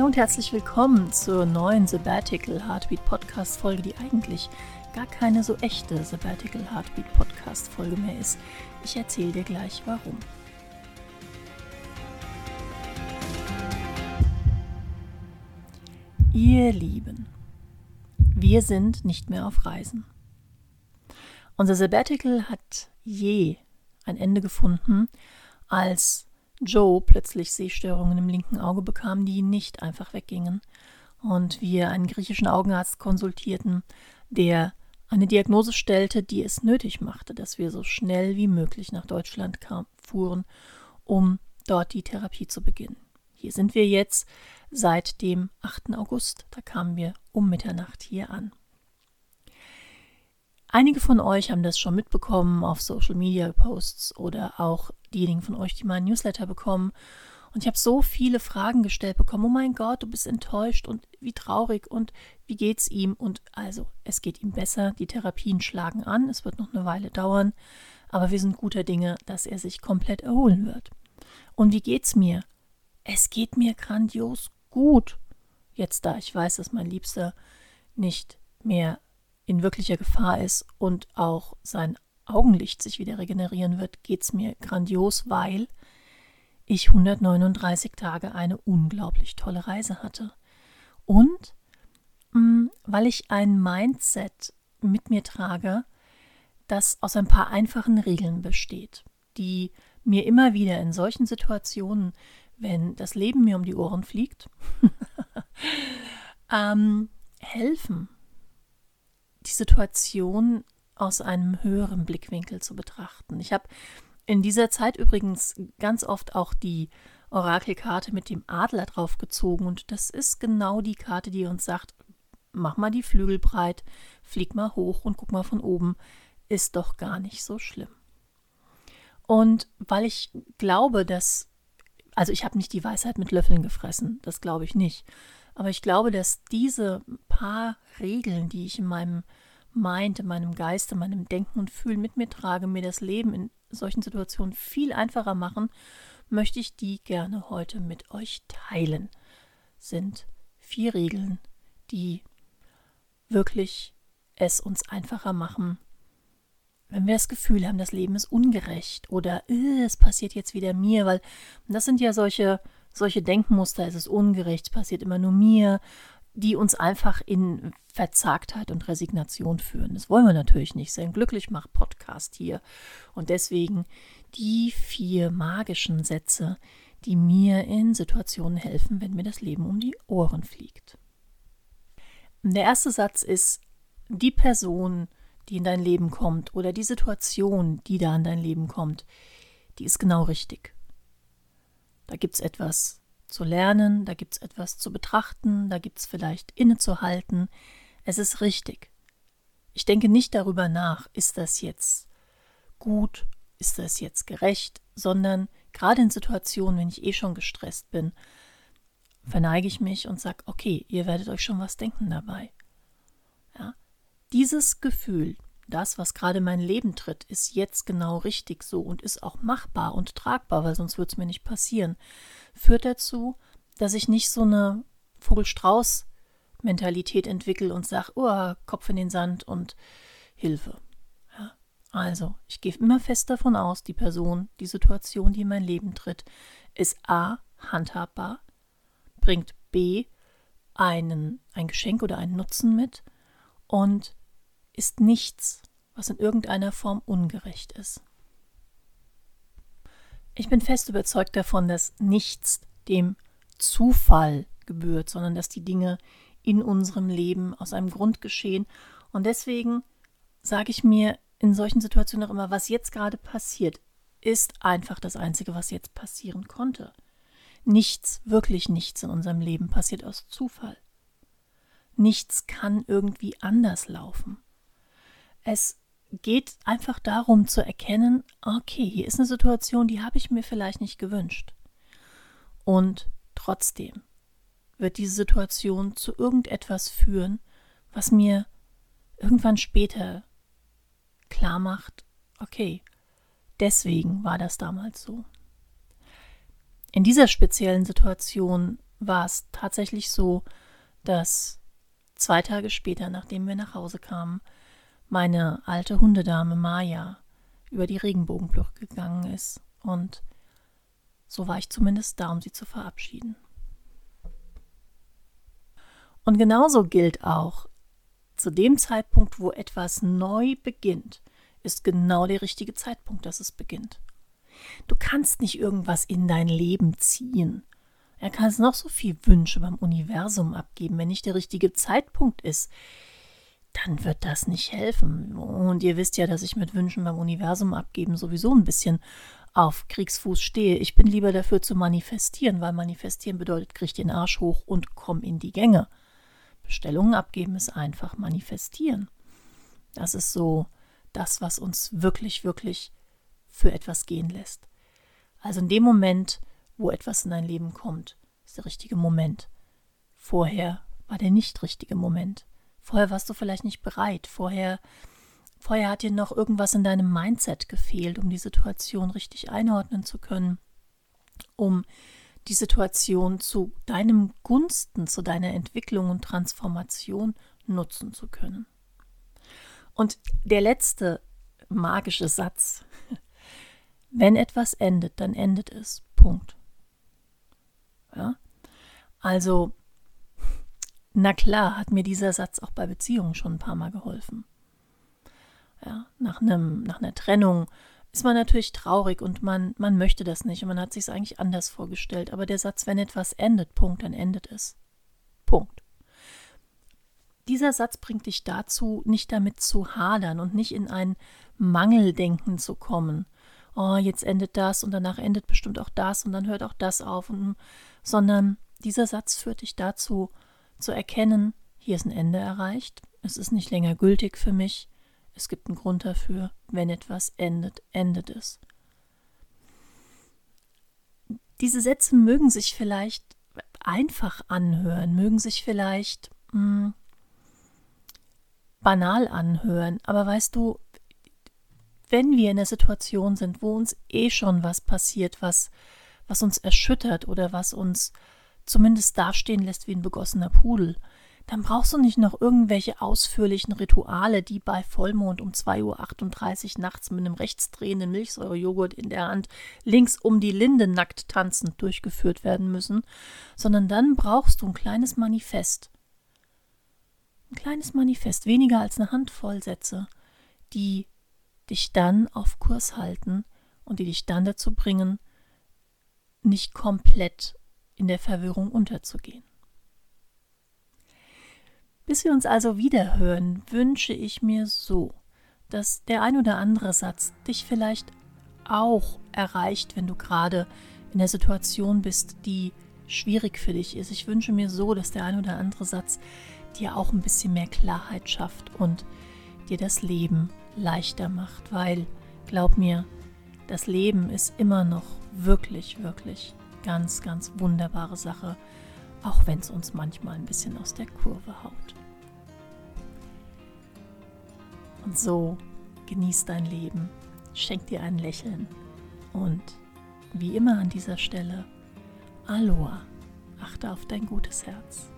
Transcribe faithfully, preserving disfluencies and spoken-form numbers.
Hallo und herzlich willkommen zur neuen Sabbatical Heartbeat Podcast Folge, die eigentlich gar keine so echte Sabbatical Heartbeat Podcast Folge mehr ist. Ich erzähle dir gleich warum. Ihr Lieben, wir sind nicht mehr auf Reisen. Unser Sabbatical hat je ein Ende gefunden, als Joe plötzlich Sehstörungen im linken Auge bekam, die nicht einfach weggingen. Und wir einen griechischen Augenarzt konsultierten, der eine Diagnose stellte, die es nötig machte, dass wir so schnell wie möglich nach Deutschland kam, fuhren, um dort die Therapie zu beginnen. Hier sind wir jetzt seit dem achten August. Da kamen wir um Mitternacht hier an. Einige von euch haben das schon mitbekommen auf Social Media Posts oder auch diejenigen von euch, die meinen Newsletter bekommen. Und ich habe so viele Fragen gestellt bekommen. Oh mein Gott, du bist enttäuscht und wie traurig und wie geht's ihm? Und also, es geht ihm besser. Die Therapien schlagen an. Es wird noch eine Weile dauern. Aber wir sind guter Dinge, dass er sich komplett erholen wird. Und wie geht's mir? Es geht mir grandios gut. Jetzt, da ich weiß, dass mein Liebster nicht mehr in wirklicher Gefahr ist und auch sein Augenlicht sich wieder regenerieren wird, geht es mir grandios, weil ich hundertneununddreißig Tage eine unglaublich tolle Reise hatte. Und mh, weil ich ein Mindset mit mir trage, das aus ein paar einfachen Regeln besteht, die mir immer wieder in solchen Situationen, wenn das Leben mir um die Ohren fliegt, ähm, helfen, die Situation aus einem höheren Blickwinkel zu betrachten. Ich habe in dieser Zeit übrigens ganz oft auch die Orakelkarte mit dem Adler drauf gezogen und das ist genau die Karte, die uns sagt, mach mal die Flügel breit, flieg mal hoch und guck mal von oben, ist doch gar nicht so schlimm. Und weil ich glaube, dass, also ich habe nicht die Weisheit mit Löffeln gefressen, das glaube ich nicht, aber ich glaube, dass diese paar Regeln, die ich in meinem Mind, in meinem Geist, in meinem Denken und Fühlen mit mir trage, mir das Leben in solchen Situationen viel einfacher machen, möchte ich die gerne heute mit euch teilen. Sind vier Regeln, die wirklich es uns einfacher machen, wenn wir das Gefühl haben, das Leben ist ungerecht oder äh, es passiert jetzt wieder mir, weil das sind ja solche Solche Denkmuster, es ist ungerecht, es passiert immer nur mir, die uns einfach in Verzagtheit und Resignation führen. Das wollen wir natürlich nicht. Es ist ein Glücklichmach-Podcast hier. Und deswegen die vier magischen Sätze, die mir in Situationen helfen, wenn mir das Leben um die Ohren fliegt. Der erste Satz ist, die Person, die in dein Leben kommt oder die Situation, die da in dein Leben kommt, die ist genau richtig. Da gibt es etwas zu lernen, da gibt es etwas zu betrachten, da gibt es vielleicht innezuhalten. Es ist richtig. Ich denke nicht darüber nach, ist das jetzt gut, ist das jetzt gerecht, sondern gerade in Situationen, wenn ich eh schon gestresst bin, verneige ich mich und sage, okay, ihr werdet euch schon was denken dabei. Ja? Dieses Gefühl, das, was gerade in mein Leben tritt, ist jetzt genau richtig so und ist auch machbar und tragbar, weil sonst würde es mir nicht passieren, führt dazu, dass ich nicht so eine Vogel-Strauß-Mentalität entwickle und sage, oh, Kopf in den Sand und Hilfe. Ja, also, ich gehe immer fest davon aus, die Person, die Situation, die in mein Leben tritt, ist A, handhabbar, bringt B, einen, ein Geschenk oder einen Nutzen mit und ist nichts, was in irgendeiner Form ungerecht ist. Ich bin fest überzeugt davon, dass nichts dem Zufall gebührt, sondern dass die Dinge in unserem Leben aus einem Grund geschehen. Und deswegen sage ich mir in solchen Situationen auch immer, was jetzt gerade passiert, ist einfach das Einzige, was jetzt passieren konnte. Nichts, wirklich nichts in unserem Leben passiert aus Zufall. Nichts kann irgendwie anders laufen. Es geht einfach darum zu erkennen, okay, hier ist eine Situation, die habe ich mir vielleicht nicht gewünscht. Und trotzdem wird diese Situation zu irgendetwas führen, was mir irgendwann später klar macht, okay, deswegen war das damals so. In dieser speziellen Situation war es tatsächlich so, dass zwei Tage später, nachdem wir nach Hause kamen, meine alte Hundedame Maya über die Regenbogenbrücke gegangen ist. Und so war ich zumindest da, um sie zu verabschieden. Und genauso gilt auch, zu dem Zeitpunkt, wo etwas neu beginnt, ist genau der richtige Zeitpunkt, dass es beginnt. Du kannst nicht irgendwas in dein Leben ziehen. Er kann es noch so viel Wünsche beim Universum abgeben. Wenn nicht der richtige Zeitpunkt ist, dann wird das nicht helfen. Und ihr wisst ja, dass ich mit Wünschen beim Universum abgeben sowieso ein bisschen auf Kriegsfuß stehe. Ich bin lieber dafür zu manifestieren, weil manifestieren bedeutet, krieg den Arsch hoch und komm in die Gänge. Bestellungen abgeben ist einfach manifestieren. Das ist so das, was uns wirklich, wirklich für etwas gehen lässt. Also in dem Moment, wo etwas in dein Leben kommt, ist der richtige Moment. Vorher war der nicht richtige Moment. Vorher warst du vielleicht nicht bereit. Vorher, vorher hat dir noch irgendwas in deinem Mindset gefehlt, um die Situation richtig einordnen zu können, um die Situation zu deinem Gunsten, zu deiner Entwicklung und Transformation nutzen zu können. Und der letzte magische Satz: Wenn etwas endet, dann endet es. Punkt. Ja? Also, na klar, hat mir dieser Satz auch bei Beziehungen schon ein paar Mal geholfen. Ja, nach einem, nach einer Trennung ist man natürlich traurig und man, man möchte das nicht und man hat sich es eigentlich anders vorgestellt. Aber der Satz, wenn etwas endet, Punkt, dann endet es. Punkt. Dieser Satz bringt dich dazu, nicht damit zu hadern und nicht in ein Mangeldenken zu kommen. Oh, jetzt endet das und danach endet bestimmt auch das und dann hört auch das auf. Und, sondern dieser Satz führt dich dazu, zu erkennen, hier ist ein Ende erreicht, es ist nicht länger gültig für mich, es gibt einen Grund dafür, wenn etwas endet, endet es. Diese Sätze mögen sich vielleicht einfach anhören, mögen sich vielleicht mh, banal anhören, aber weißt du, wenn wir in der Situation sind, wo uns eh schon was passiert, was, was uns erschüttert oder was uns zumindest dastehen lässt wie ein begossener Pudel, dann brauchst du nicht noch irgendwelche ausführlichen Rituale, die bei Vollmond um zwei Uhr achtunddreißig nachts mit einem rechtsdrehenden Milchsäurejoghurt in der Hand links um die Linde nackt tanzend durchgeführt werden müssen, sondern dann brauchst du ein kleines Manifest. Ein kleines Manifest, weniger als eine Handvoll Sätze, die dich dann auf Kurs halten und die dich dann dazu bringen, nicht komplett in der Verwirrung unterzugehen. Bis wir uns also wieder hören, wünsche ich mir so, dass der ein oder andere Satz dich vielleicht auch erreicht, wenn du gerade in der Situation bist, die schwierig für dich ist. Ich wünsche mir so, dass der ein oder andere Satz dir auch ein bisschen mehr Klarheit schafft und dir das Leben leichter macht, weil, glaub mir, das Leben ist immer noch wirklich, wirklich ganz, ganz wunderbare Sache, auch wenn es uns manchmal ein bisschen aus der Kurve haut. Und so genieß dein Leben, schenk dir ein Lächeln und wie immer an dieser Stelle, Aloha, achte auf dein gutes Herz.